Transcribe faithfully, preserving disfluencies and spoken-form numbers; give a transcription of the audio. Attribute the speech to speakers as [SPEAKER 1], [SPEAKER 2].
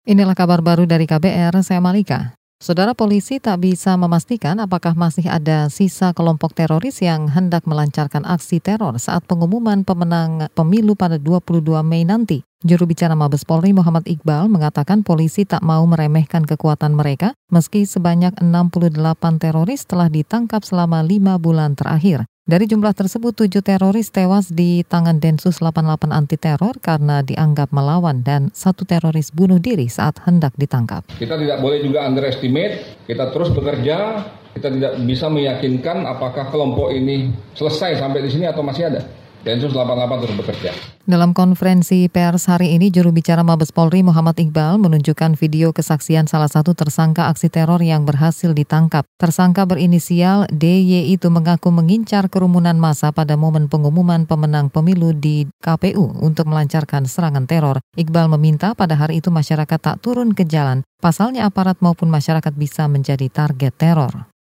[SPEAKER 1] Inilah kabar baru dari K B R, saya Malika. Saudara, polisi tak bisa memastikan apakah masih ada sisa kelompok teroris yang hendak melancarkan aksi teror saat pengumuman pemenang pemilu pada dua puluh dua Mei nanti. Juru bicara Mabes Polri Muhammad Iqbal mengatakan polisi tak mau meremehkan kekuatan mereka meski sebanyak enam puluh delapan teroris telah ditangkap selama lima bulan terakhir. Dari jumlah tersebut, tujuh teroris tewas di tangan Densus delapan puluh delapan anti teror karena dianggap melawan dan satu teroris bunuh diri saat hendak ditangkap.
[SPEAKER 2] Kita tidak boleh juga underestimate, kita terus bekerja, kita tidak bisa meyakinkan apakah kelompok ini selesai sampai di sini atau masih ada. Densus delapan puluh delapan terus bekerja.
[SPEAKER 1] Dalam konferensi pers hari ini, juru bicara Mabes Polri Muhammad Iqbal menunjukkan video kesaksian salah satu tersangka aksi teror yang berhasil ditangkap. Tersangka berinisial D Y itu mengaku mengincar kerumunan massa pada momen pengumuman pemenang pemilu di K P U untuk melancarkan serangan teror. Iqbal meminta pada hari itu masyarakat tak turun ke jalan. Pasalnya aparat maupun masyarakat bisa menjadi target teror.